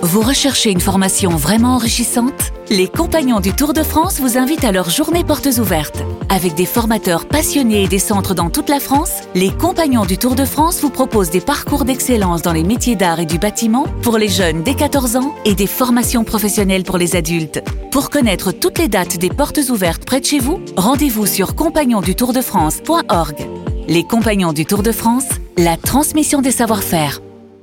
Vous recherchez une formation vraiment enrichissante ? Les Compagnons du Tour de France vous invitent à leur journée portes ouvertes. Avec des formateurs passionnés et des centres dans toute la France, les Compagnons du Tour de France vous proposent des parcours d'excellence dans les métiers d'art et du bâtiment pour les jeunes dès 14 ans et des formations professionnelles pour les adultes. Pour connaître toutes les dates des portes ouvertes près de chez vous, rendez-vous sur compagnonsdutourdefrance.org. Les Compagnons du Tour de France, la transmission des savoir-faire.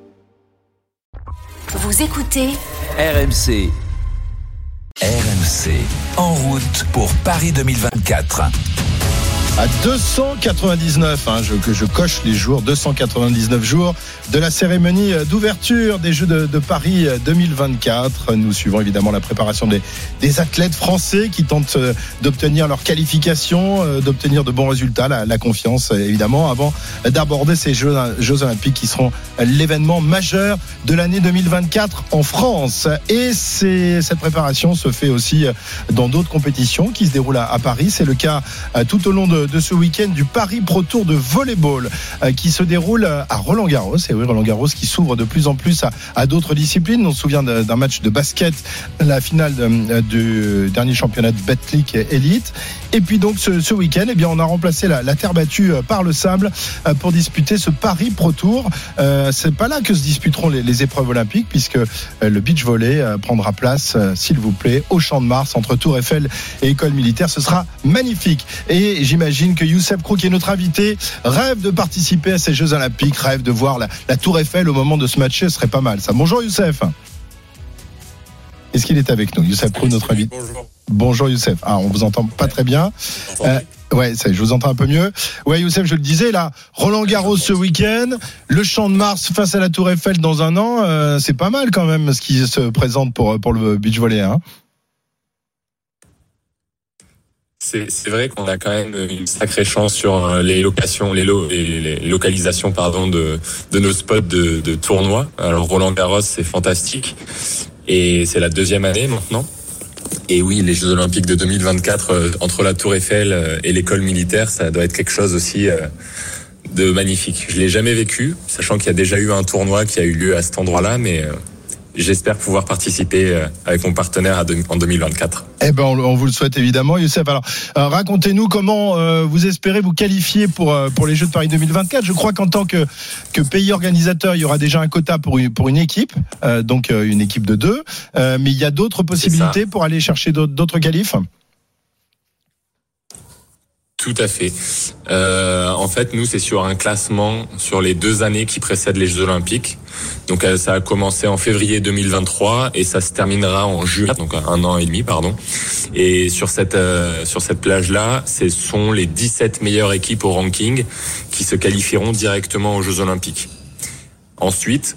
Vous écoutez RMC. RMC, en route pour Paris 2024. À 299, que je coche les jours, 299 jours de la cérémonie d'ouverture des Jeux de Paris 2024. Nous suivons évidemment la préparation des athlètes français qui tentent d'obtenir leur qualification, d'obtenir de bons résultats, la confiance évidemment, avant d'aborder ces Jeux Olympiques qui seront l'événement majeur de l'année 2024 en France. Et cette préparation se fait aussi dans d'autres compétitions qui se déroulent à Paris. C'est le cas tout au long de ce week-end du Paris Pro Tour de volleyball qui se déroule à Roland-Garros. Et oui, Roland-Garros qui s'ouvre de plus en plus à d'autres disciplines. On se souvient d'un match de basket, la finale du dernier championnat de Betclic Elite. Et puis donc ce week-end, eh bien, on a remplacé la terre battue par le sable pour disputer ce Paris Pro Tour. C'est pas là que se disputeront les épreuves olympiques, puisque le beach volley prendra place, s'il vous plaît, au Champ de Mars entre Tour Eiffel et École Militaire. Ce sera magnifique. Et j'imagine que Youssef Krou, qui est notre invité, rêve de participer à ces Jeux Olympiques, rêve de voir la Tour Eiffel au moment de se matcher. Ce serait pas mal ça. Bonjour Youssef. Est-ce qu'il est avec nous, Youssef Krou, notre invité? Bonjour Youssef. On vous entend pas très bien. Ouais, je vous entends un peu mieux. Ouais, Youssef, je le disais, là, Roland-Garros ce week-end, le Champ de Mars face à la Tour Eiffel dans un an, c'est pas mal quand même ce qui se présente pour le beach volley, hein. C'est vrai qu'on a quand même une sacrée chance sur les localisations de nos spots de tournois. Alors Roland-Garros, c'est fantastique et c'est la deuxième année maintenant. Et oui, les Jeux Olympiques de 2024 entre la Tour Eiffel et l'école militaire, ça doit être quelque chose aussi de magnifique. Je l'ai jamais vécu, sachant qu'il y a déjà eu un tournoi qui a eu lieu à cet endroit-là, mais j'espère pouvoir participer avec mon partenaire en 2024. Eh ben, on vous le souhaite évidemment, Youssef. Alors, racontez-nous comment vous espérez vous qualifier pour les Jeux de Paris 2024. Je crois qu'en tant que pays organisateur, il y aura déjà un quota pour une équipe, donc une équipe de 2. Mais il y a d'autres possibilités pour aller chercher d'autres qualifs. Tout à fait. En fait, nous, c'est sur un classement sur les 2 années qui précèdent les Jeux Olympiques. Donc, ça a commencé en février 2023 et ça se terminera en juin, donc 1 an et demi, pardon. Et sur cette plage-là, ce sont les 17 meilleures équipes au ranking qui se qualifieront directement aux Jeux Olympiques. Ensuite,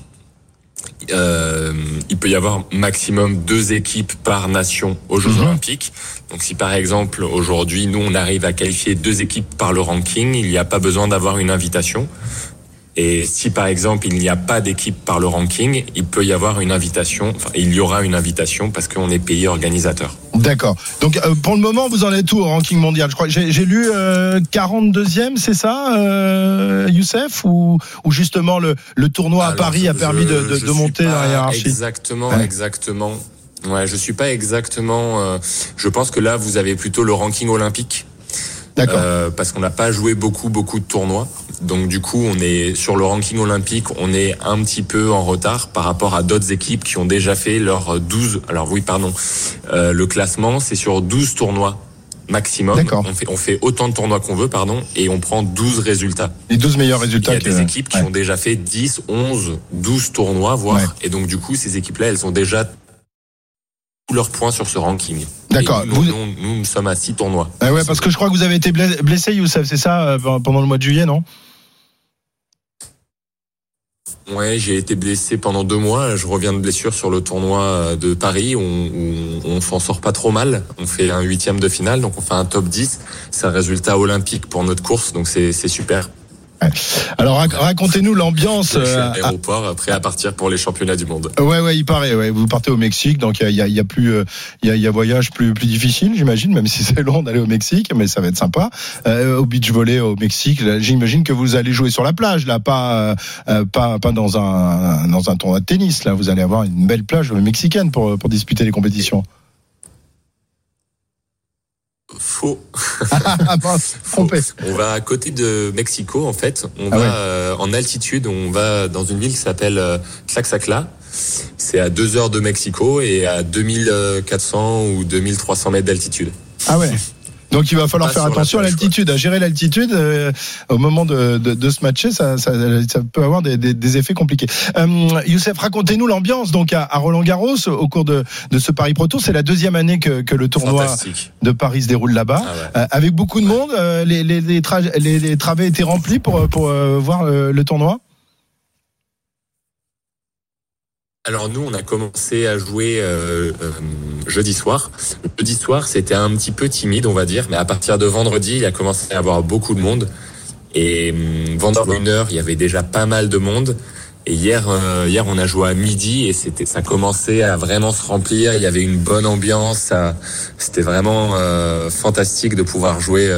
il peut y avoir maximum 2 équipes par nation aux Jeux Olympiques. Donc si par exemple aujourd'hui nous on arrive à qualifier 2 équipes par le ranking, il n'y a pas besoin d'avoir une invitation. Et si par exemple il n'y a pas d'équipe par le ranking, il peut y avoir une invitation, il y aura une invitation parce qu'on est pays organisateur. D'accord. Donc pour le moment vous en êtes où au ranking mondial? Je crois j'ai lu 42e, c'est ça, Youssef, ou justement le tournoi à Paris a permis de monter dans la hiérarchie? Exactement. Ouais, je suis pas exactement. Je pense que là vous avez plutôt le ranking olympique. D'accord. Parce qu'on n'a pas joué beaucoup de tournois. Donc du coup, on est sur le ranking olympique, on est un petit peu en retard par rapport à d'autres équipes qui ont déjà fait leurs 12. Alors oui, pardon. Le classement, c'est sur 12 tournois maximum. D'accord. On fait autant de tournois qu'on veut, et on prend 12 résultats. Les 12 meilleurs résultats. Il y a des équipes qui ont déjà fait 10, 11, 12 tournois, voire. Ouais. Et donc du coup, ces équipes-là, elles ont déjà tous leurs points sur ce ranking. D'accord. Nous sommes à 6 tournois. Ouais, parce que je crois que vous avez été blessé, Youssef, c'est ça, pendant le mois de juillet, non? Ouais, j'ai été blessé pendant 2 mois. Je reviens de blessure sur le tournoi de Paris où on s'en sort pas trop mal. On fait un 8e de finale, donc on fait un top 10. C'est un résultat olympique pour notre course, donc c'est super. Ouais. Alors racontez-nous l'ambiance. L'aéroport prêt à partir pour les championnats du monde. Ouais, il paraît. Ouais, vous partez au Mexique, donc il y a voyage plus difficile, j'imagine, même si c'est long d'aller au Mexique, mais ça va être sympa. Au beach volley au Mexique, là, j'imagine que vous allez jouer sur la plage, là, pas dans un tournoi de tennis. Là, vous allez avoir une belle plage mexicaine pour disputer les compétitions. Faux. Faux. On va à côté de Mexico, en fait. On va en altitude. On va dans une ville qui s'appelle Tlaxcala. C'est à 2 heures de Mexico et à 2400 ou 2300 mètres d'altitude. Ah ouais. Donc il va falloir faire attention à l'altitude, à gérer l'altitude au moment de se matcher, ça peut avoir des effets compliqués. Youssef, racontez-nous l'ambiance donc à Roland-Garros au cours de ce Paris Pro Tour. C'est la deuxième année que le tournoi de Paris se déroule là-bas, avec beaucoup de monde. Les travées étaient remplies pour voir le tournoi. Alors nous, on a commencé à jouer jeudi soir. Jeudi soir, c'était un petit peu timide, on va dire, mais à partir de vendredi, il a commencé à y avoir beaucoup de monde. Et vendredi 1h, il y avait déjà pas mal de monde. Et hier, on a joué à midi et ça commençait à vraiment se remplir. Il y avait une bonne ambiance. C'était vraiment fantastique de pouvoir jouer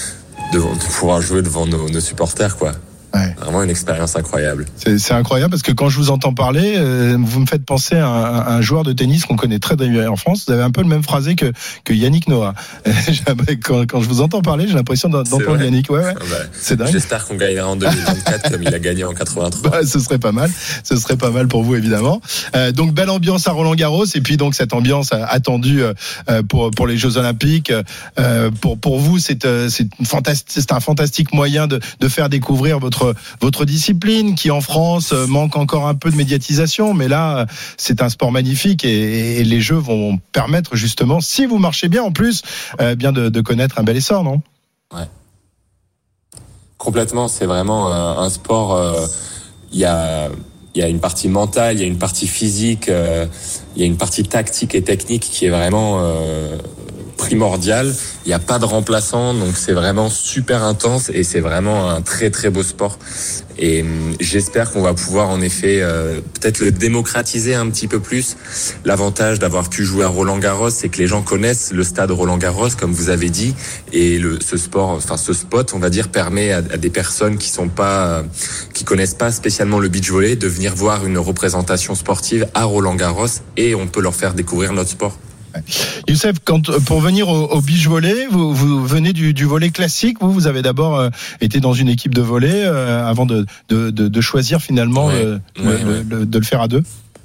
devant nos supporters, quoi. Ouais. Vraiment une expérience incroyable. C'est incroyable parce que quand je vous entends parler, vous me faites penser à un joueur de tennis qu'on connaît très bien en France. Vous avez un peu le même phrasé que Yannick Noah. Quand je vous entends parler, j'ai l'impression d'entendre Yannick. Ouais. C'est dingue. J'espère qu'on gagnera en 2024 comme il a gagné en 83. Ce serait pas mal. Ce serait pas mal pour vous évidemment. Donc belle ambiance à Roland-Garros et puis donc cette ambiance attendue pour les Jeux Olympiques. Pour vous, c'est un fantastique moyen de faire découvrir votre discipline qui en France manque encore un peu de médiatisation, mais là c'est un sport magnifique et les Jeux vont permettre justement, si vous marchez bien en plus, bien de connaître un bel essor, non ? Ouais. Complètement, c'est vraiment un sport. Il y a une partie mentale, il y a une partie physique, il y a une partie tactique et technique qui est vraiment primordial. Il n'y a pas de remplaçant, donc c'est vraiment super intense et c'est vraiment un très très beau sport. Et j'espère qu'on va pouvoir en effet peut-être le démocratiser un petit peu plus. L'avantage d'avoir pu jouer à Roland-Garros, c'est que les gens connaissent le stade Roland-Garros, comme vous avez dit, et ce spot, on va dire, permet à des personnes qui connaissent pas spécialement le beach volley de venir voir une représentation sportive à Roland-Garros et on peut leur faire découvrir notre sport. Youssef, pour venir au beach volley, vous venez du volley classique. Vous avez d'abord été dans une équipe de volley avant de choisir finalement de le faire à deux.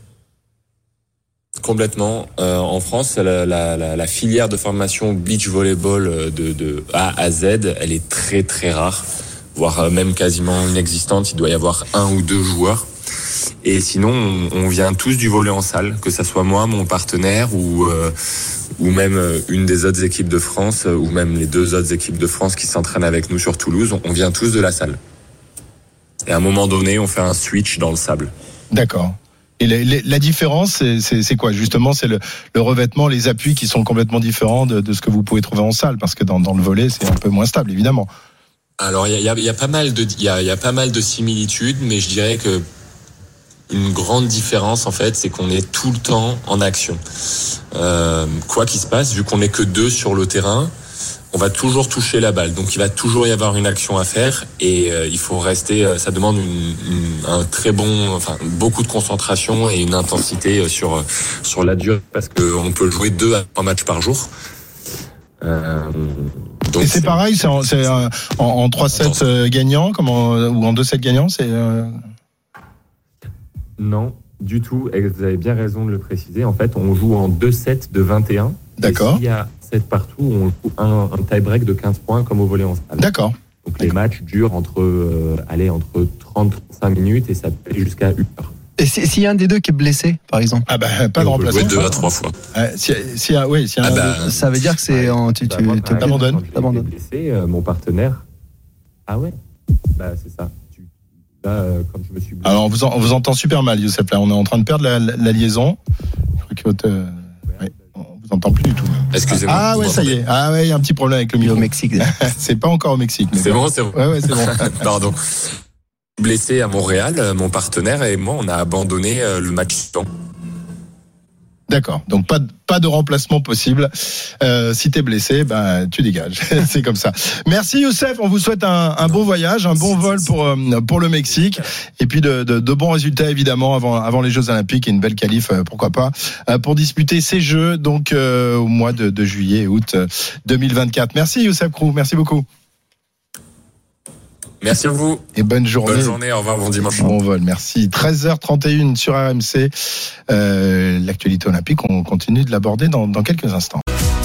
Complètement. En France, la filière de formation beach volleyball de A à Z, elle est très très rare, voire même quasiment inexistante. Il doit y avoir 1 ou 2 joueurs. Et sinon, on vient tous du volley en salle, que ça soit moi, mon partenaire ou même une des autres équipes de France ou même les 2 autres équipes de France qui s'entraînent avec nous sur Toulouse. On vient tous de la salle. Et à un moment donné, on fait un switch dans le sable. D'accord. Et la différence, c'est quoi ? Justement, c'est le revêtement, les appuis qui sont complètement différents de ce que vous pouvez trouver en salle, parce que dans le volley, c'est un peu moins stable, évidemment. Alors, il y a pas mal de similitudes, mais je dirais que une grande différence, en fait, c'est qu'on est tout le temps en action. Quoi qu'il se passe, vu qu'on n'est que 2 sur le terrain, on va toujours toucher la balle. Donc, il va toujours y avoir une action à faire et il faut rester. Ça demande beaucoup de concentration et une intensité sur la durée parce qu'on peut jouer 2 à 3 matchs par jour. Donc, et c'est pareil, c'est en 3-7 gagnants, ou en 2-7 gagnants, c'est. Non, du tout. Et vous avez bien raison de le préciser. En fait, on joue en 2 sets de 21. D'accord. Et s'il y a 7 partout, on joue un tie-break de 15 points comme au volley en salle. D'accord. Donc les matchs durent entre 30-35 minutes et ça peut aller jusqu'à 1 heure. Et s'il y a un des deux qui est blessé, par exemple, pas de remplaçant. On peut jouer 2 à 3 fois. ça veut dire que c'est tu t'abandonnes. Blessé, mon partenaire. Ah ouais. C'est ça. Là, comme je me suis blessé. Alors on vous entend super mal, Youssef. Là, on est en train de perdre la liaison. Je crois que on vous t'entends plus du tout. Excusez-moi. Ah ouais, ça y est. Ah ouais, il y a un petit problème avec le micro. Au Mexique. C'est pas encore au Mexique. C'est bon, c'est bon. Ouais, c'est bon. Pardon. Blessé à Montréal, mon partenaire et moi, on a abandonné le match suivant. D'accord. Donc pas de remplacement possible. Si t'es blessé, tu dégages. C'est comme ça. Merci Youssef. On vous souhaite un bon voyage, un bon vol pour le Mexique, et puis de bons résultats évidemment avant les Jeux Olympiques et une belle qualif, pourquoi pas, pour disputer ces Jeux donc au mois de juillet et août 2024. Merci Youssef Krou. Merci beaucoup. Merci à vous. Et bonne journée. Bonne journée, au revoir, bon dimanche. Bon vol, merci. 13h31 sur RMC. L'actualité olympique, on continue de l'aborder dans quelques instants.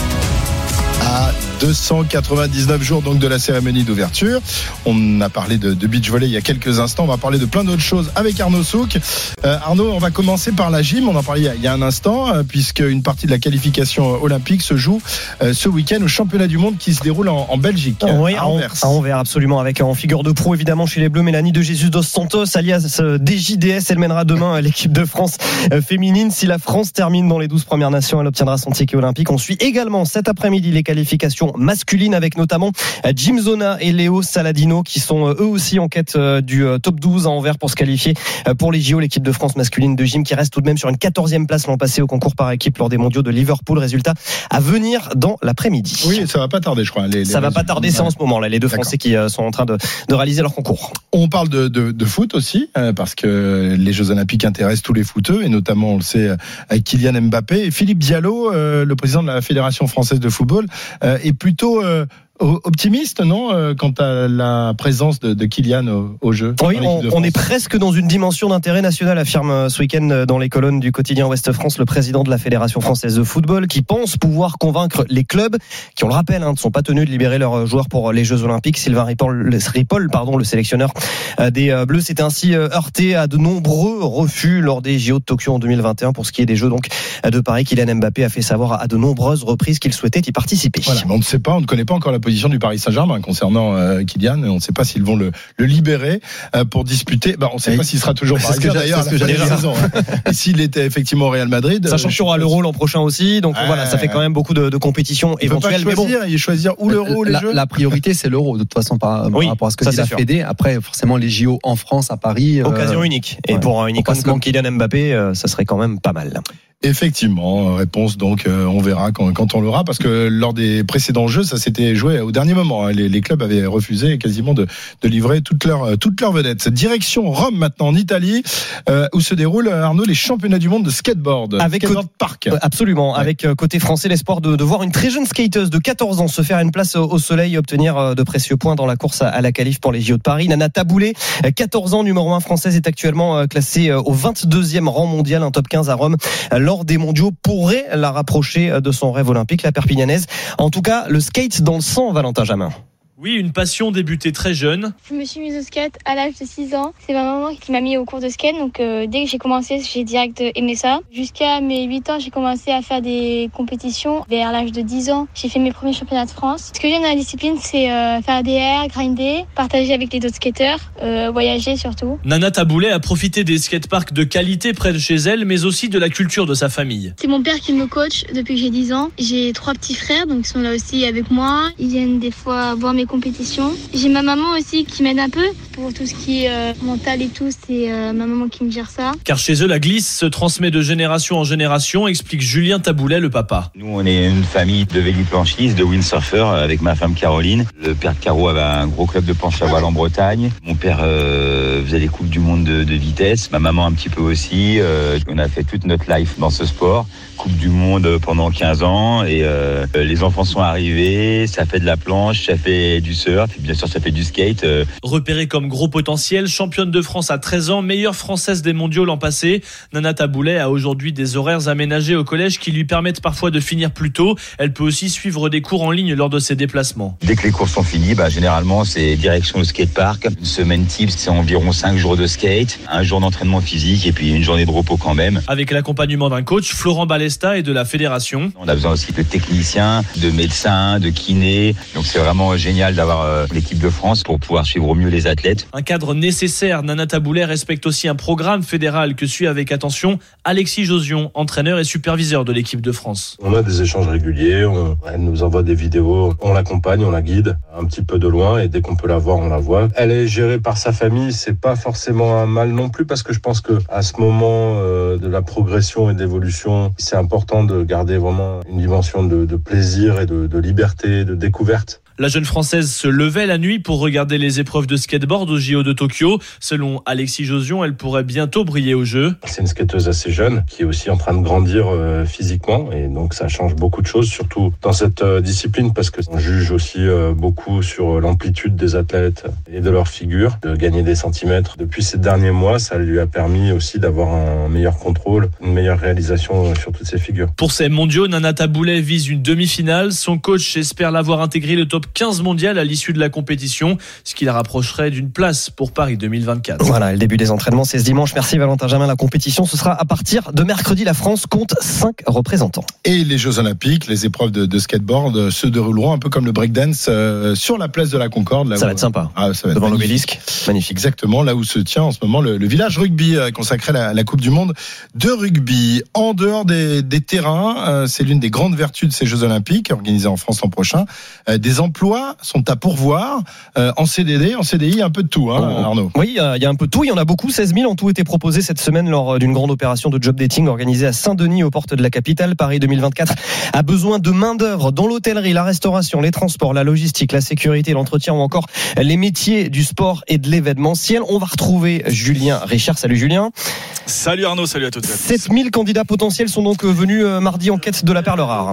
À 299 jours donc de la cérémonie d'ouverture. On a parlé de beach volley il y a quelques instants. On va parler de plein d'autres choses avec Arnaud Souk. Arnaud, on va commencer par la gym. On en parlait il y a un instant, puisque une partie de la qualification olympique se joue ce week-end au championnat du monde qui se déroule en Belgique. Oui, à Anvers, absolument, avec en figure de proue évidemment chez les Bleus Mélanie de Jesus dos Santos alias DJDS. Elle mènera demain l'équipe de France féminine. Si la France termine dans les 12 premières nations, elle obtiendra son ticket olympique. On suit également cet après-midi les qualifications masculines avec notamment Jim Zona et Léo Saladino qui sont eux aussi en quête du top 12 à Anvers pour se qualifier pour les JO. L'équipe de France masculine de gym qui reste tout de même sur une 14e place l'an passé au concours par équipe lors des mondiaux de Liverpool. Résultat à venir dans l'après-midi. Oui, ça va pas tarder, je crois. Ça va pas tarder, c'est en ce moment là, les deux Français qui sont en train de réaliser leur concours. On parle de foot aussi, parce que les Jeux Olympiques intéressent tous les footeux, et notamment, on le sait, avec Kylian Mbappé. Et Philippe Diallo, le président de la Fédération française de football, est plutôt optimiste, non, quant à la présence de Kylian au jeu. Oui, on est presque dans une dimension d'intérêt national, affirme ce week-end dans les colonnes du quotidien Ouest France le président de la Fédération française de football, qui pense pouvoir convaincre les clubs qui, on le rappelle, ne sont pas tenus de libérer leurs joueurs pour les Jeux Olympiques. Sylvain Ripoll, le sélectionneur des Bleus, s'est ainsi heurté à de nombreux refus lors des JO de Tokyo en 2021 pour ce qui est des Jeux donc de Paris. Kylian Mbappé a fait savoir à de nombreuses reprises qu'il souhaitait y participer. Voilà, mais on ne connaît pas encore la position du Paris Saint-Germain concernant Kylian. On ne sait pas s'ils vont le libérer pour disputer. On ne sait pas s'il sera toujours parisien d'ailleurs à la fin de la saison. Et s'il était effectivement au Real Madrid, sachant qu'il y aura l'Euro l'an prochain aussi, donc voilà, ça fait quand même beaucoup de compétitions éventuelles. Il choisir ou l'Euro ou les Jeux. La priorité c'est l'Euro de toute façon par rapport à ce que dit la Fédé. Après forcément les JO en France, à Paris. Occasion unique. Et pour une icône comme Kylian Mbappé, ça serait quand même pas mal. Effectivement, réponse donc on verra quand on l'aura, parce que lors des précédents Jeux ça s'était joué au dernier moment. Les clubs avaient refusé quasiment de livrer toutes leurs vedettes. Direction Rome maintenant en Italie, où se déroulent, Arnaud, les championnats du monde de skateboard. Avec skateboard park. Absolument, ouais. Avec côté français l'espoir de voir une très jeune skateuse de 14 ans se faire une place au soleil et obtenir de précieux points dans la course à la qualif pour les JO de Paris. Nana Taboulé, 14 ans, numéro 1 française, est actuellement classée au 22e rang mondial, un top 15 à Rome lors des mondiaux, pourrait la rapprocher de son rêve olympique, la Perpignanaise. En tout cas, le skate dans le sang, Valentin Jamin. Oui, une passion débutée très jeune. Je me suis mise au skate à l'âge de 6 ans. C'est ma maman qui m'a mis au cours de skate. Donc dès que j'ai commencé, j'ai direct aimé ça. Jusqu'à mes 8 ans, j'ai commencé à faire des compétitions. Vers l'âge de 10 ans, j'ai fait mes premiers championnats de France. Ce que j'aime dans la discipline, c'est faire des airs, grinder, partager avec les autres skateurs, voyager surtout. Nana Taboulé a profité des skateparks de qualité près de chez elle, mais aussi de la culture de sa famille. C'est mon père qui me coach depuis que j'ai 10 ans. J'ai 3 petits frères, donc ils sont là aussi avec moi. Ils viennent des fois voir mes compétitions. J'ai ma maman aussi qui m'aide un peu pour tout ce qui est mental et tout. C'est ma maman qui me gère ça. Car chez eux, la glisse se transmet de génération en génération, explique Julien Taboulet, le papa. Nous, on est une famille de véliplanchistes, de windsurfers avec ma femme Caroline. Le père de Caro avait un gros club de planche à voile en Bretagne. Mon père faisait les coupes du monde de vitesse. Ma maman un petit peu aussi. On a fait toute notre life dans ce sport. Coupe du monde pendant 15 ans et les enfants sont arrivés. Ça fait de la planche, ça fait du surf, et bien sûr ça fait du skate. Repérée comme gros potentiel, championne de France à 13 ans, meilleure française des mondiaux l'an passé, Nana Taboulé a aujourd'hui des horaires aménagés au collège qui lui permettent parfois de finir plus tôt. Elle peut aussi suivre des cours en ligne lors de ses déplacements. Dès que les cours sont finis, généralement c'est direction le skatepark. Une semaine type, c'est environ 5 jours de skate, un jour d'entraînement physique et puis une journée de repos quand même. Avec l'accompagnement d'un coach, Florent Balesta, et de la fédération. On a besoin aussi de techniciens, de médecins, de kinés. Donc c'est vraiment génial génial d'avoir l'équipe de France pour pouvoir suivre au mieux les athlètes. Un cadre nécessaire. Nana Boulet respecte aussi un programme fédéral que suit avec attention Alexis Josion, entraîneur et superviseur de l'équipe de France. On a des échanges réguliers, elle nous envoie des vidéos, on l'accompagne, on la guide un petit peu de loin et dès qu'on peut la voir, on la voit. Elle est gérée par sa famille, c'est pas forcément un mal non plus parce que je pense que à ce moment de la progression et de l'évolution, c'est important de garder vraiment une dimension de plaisir et de liberté, de découverte. La jeune Française se levait la nuit pour regarder les épreuves de skateboard au JO de Tokyo. Selon Alexis Josion, elle pourrait bientôt briller aux Jeux. C'est une skateuse assez jeune qui est aussi en train de grandir physiquement et donc ça change beaucoup de choses, surtout dans cette discipline parce qu'on juge aussi beaucoup sur l'amplitude des athlètes et de leur figure, de gagner des centimètres. Depuis ces derniers mois, ça lui a permis aussi d'avoir un meilleur contrôle, une meilleure réalisation sur toutes ses figures. Pour ces mondiaux, Nana Boulet vise une demi-finale. Son coach espère l'avoir intégré le top 15 mondial à l'issue de la compétition, ce qui la rapprocherait d'une place pour Paris 2024. Voilà, le début des entraînements, c'est ce dimanche. Merci Valentin Jamin. La compétition, ce sera à partir de mercredi. La France compte 5 représentants. Et les Jeux Olympiques, les épreuves de skateboard se dérouleront un peu comme le breakdance sur la place de la Concorde. Là ça va être sympa. Ça va être devant l'obélisque. Magnifique. Exactement, là où se tient en ce moment le village rugby consacré à la Coupe du Monde de rugby. En dehors des terrains, c'est l'une des grandes vertus de ces Jeux Olympiques organisés en France l'an prochain. Des emplois sont à pourvoir en CDD, en CDI, un peu de tout, Arnaud. Oui, il y a un peu de tout. Il y en a beaucoup. 16 000 ont tout été proposés cette semaine lors d'une grande opération de job dating organisée à Saint-Denis, aux portes de la capitale. Paris 2024 a besoin de main-d'œuvre dans l'hôtellerie, la restauration, les transports, la logistique, la sécurité, l'entretien ou encore les métiers du sport et de l'événementiel. On va retrouver Julien Richard. Salut Julien. Salut Arnaud, salut à toutes et à tous. 7 000 candidats potentiels sont donc venus mardi en quête de la perle rare.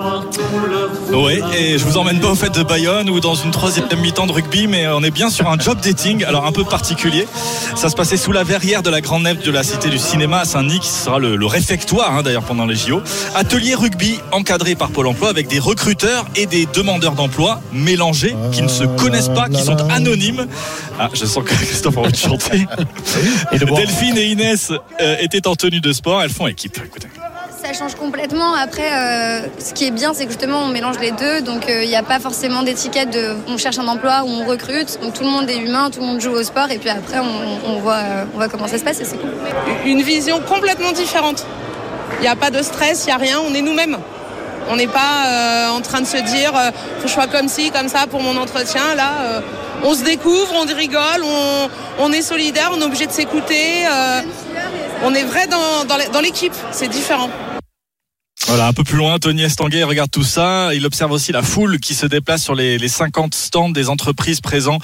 Oui, et je vous emmène pas au fait de Bayonne ou dans une troisième mi-temps de rugby, mais on est bien sur un job dating, alors un peu particulier. Ça se passait sous la verrière de la grande nef de la Cité du Cinéma à Saint-Denis, qui sera le réfectoire d'ailleurs pendant les JO. Atelier rugby encadré par Pôle emploi avec des recruteurs et des demandeurs d'emploi mélangés qui ne se connaissent pas, qui sont anonymes. Ah, je sens que Christophe a envie de chanter. Et Delphine et Inès étaient en tenue de sport, elles font équipe. Écoutez. Ça change complètement. Après, ce qui est bien, c'est que justement, on mélange les deux. Donc, il n'y a pas forcément d'étiquette de on cherche un emploi ou on recrute. Donc, tout le monde est humain, tout le monde joue au sport. Et puis après, on voit comment ça se passe et c'est cool. Une vision complètement différente. Il n'y a pas de stress, il n'y a rien. On est nous-mêmes. On n'est pas en train de se dire faut que je sois comme ci, comme ça pour mon entretien. Là, on se découvre, on rigole, on est solidaire, on est obligé de s'écouter. On est vrai dans l'équipe. C'est différent. Voilà, un peu plus loin, Tony Estanguet regarde tout ça. Il observe aussi la foule qui se déplace sur les 50 stands des entreprises présents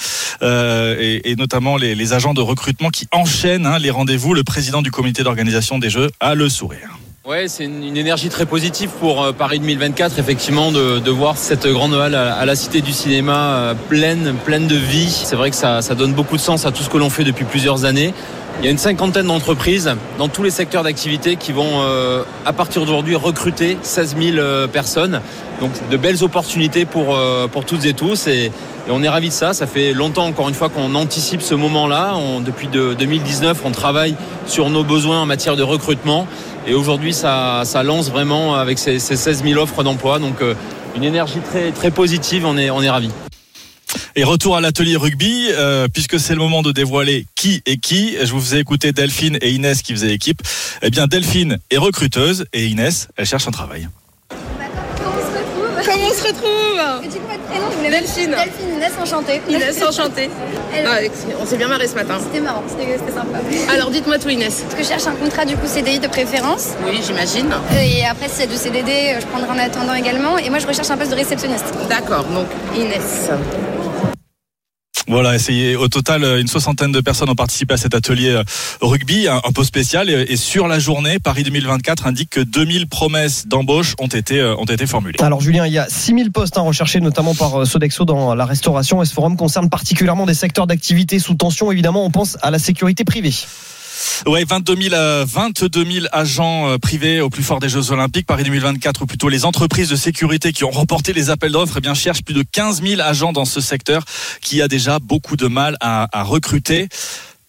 et notamment les agents de recrutement qui enchaînent les rendez-vous. Le président du comité d'organisation des Jeux a le sourire. Ouais, c'est une énergie très positive pour Paris 2024, effectivement, de voir cette grande halle à la Cité du Cinéma pleine de vie. C'est vrai que ça donne beaucoup de sens à tout ce que l'on fait depuis plusieurs années. Il y a une 50aine d'entreprises dans tous les secteurs d'activité qui vont, à partir d'aujourd'hui, recruter 16 000 personnes. Donc, de belles opportunités pour toutes et tous. Et on est ravis de ça. Ça fait longtemps, encore une fois, qu'on anticipe ce moment-là. Depuis 2019, on travaille sur nos besoins en matière de recrutement. Et aujourd'hui, ça lance vraiment avec ces 16 000 offres d'emploi. Donc, une énergie très, très positive. On est ravis. Et retour à l'atelier rugby, puisque c'est le moment de dévoiler qui est qui. Je vous faisais écouter Delphine et Inès qui faisaient équipe. Eh bien, Delphine est recruteuse et Inès, elle cherche un travail. Comment on se retrouve? Et du coup, votre prénom, je voulais Delphine. Delphine, Inès, enchantée. Inès, enchantée. On s'est bien marré ce matin. C'était marrant, c'était sympa. Alors, dites-moi tout, Inès. Parce que je cherche un contrat, du coup, CDI de préférence. Oui, j'imagine. Et après, si c'est du CDD, je prendrai en attendant également. Et moi, je recherche un poste de réceptionniste. D'accord, donc Inès. Voilà, au total, une 60aine de personnes ont participé à cet atelier rugby, un peu spécial. Et sur la journée, Paris 2024 indique que 2000 promesses d'embauche ont été formulées. Alors Julien, il y a 6000 postes recherchés notamment par Sodexo dans la restauration. Et ce forum concerne particulièrement des secteurs d'activité sous tension. Évidemment, on pense à la sécurité privée. Ouais, 22 000 agents privés au plus fort des Jeux Olympiques. Paris 2024, ou plutôt les entreprises de sécurité qui ont remporté les appels d'offres, cherchent plus de 15 000 agents dans ce secteur qui a déjà beaucoup de mal à recruter.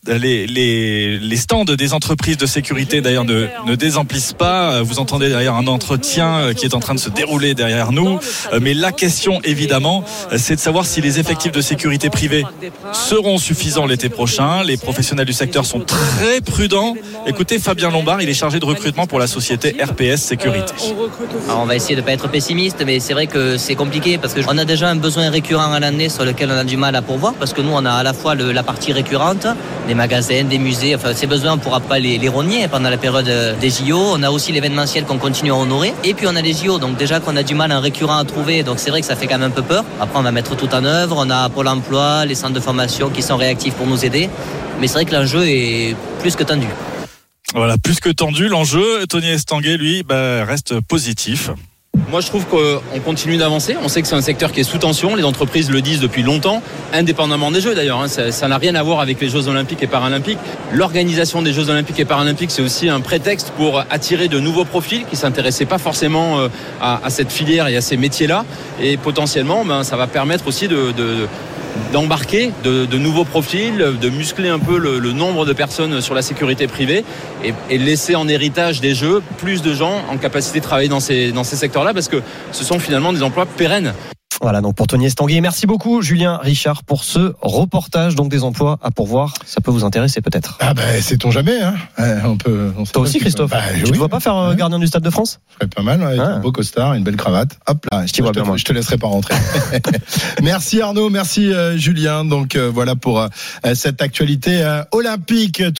les stands des entreprises de sécurité d'ailleurs ne désemplissent pas. Vous entendez derrière un entretien qui est en train de se dérouler derrière nous. Mais la question évidemment, c'est de savoir si les effectifs de sécurité privée seront suffisants l'été prochain. Les professionnels du secteur sont très prudents. Écoutez Fabien Lombard, il est chargé de recrutement pour la société RPS Sécurité. Alors on va essayer de ne pas être pessimiste, mais c'est vrai que c'est compliqué parce qu'on a déjà un besoin récurrent à l'année sur lequel on a du mal à pourvoir, parce que nous on a à la fois la partie récurrente, des magasins, des musées, enfin ces besoins on ne pourra pas les rogner pendant la période des JO. On a aussi l'événementiel qu'on continue à honorer, et puis on a les JO, donc déjà qu'on a du mal un récurrent à trouver, donc c'est vrai que ça fait quand même un peu peur. Après on va mettre tout en œuvre, on a Pôle emploi, les centres de formation qui sont réactifs pour nous aider, mais c'est vrai que l'enjeu est plus que tendu. Voilà, plus que tendu l'enjeu. Tony Estanguet, lui, reste positif. Moi, je trouve qu'on continue d'avancer. On sait que c'est un secteur qui est sous tension. Les entreprises le disent depuis longtemps, indépendamment des Jeux d'ailleurs. Ça n'a rien à voir avec les Jeux Olympiques et Paralympiques. L'organisation des Jeux Olympiques et Paralympiques, c'est aussi un prétexte pour attirer de nouveaux profils qui ne s'intéressaient pas forcément à cette filière et à ces métiers-là. Et potentiellement, ça va permettre aussi d'embarquer de nouveaux profils, de muscler un peu le nombre de personnes sur la sécurité privée et laisser en héritage des Jeux plus de gens en capacité de travailler dans ces secteurs-là, parce que ce sont finalement des emplois pérennes. Voilà, donc pour Tony Estanguet, merci beaucoup Julien Richard pour ce reportage, donc des emplois à pourvoir. Ça peut vous intéresser peut-être. Sait-on jamais, hein. Toi aussi Christophe, tu ne vois pas faire gardien du Stade de France? Ça serait pas mal, avec un beau costard, une belle cravate. Hop là, je te laisserai pas rentrer. Merci Arnaud, merci Julien. Donc voilà pour cette actualité olympique.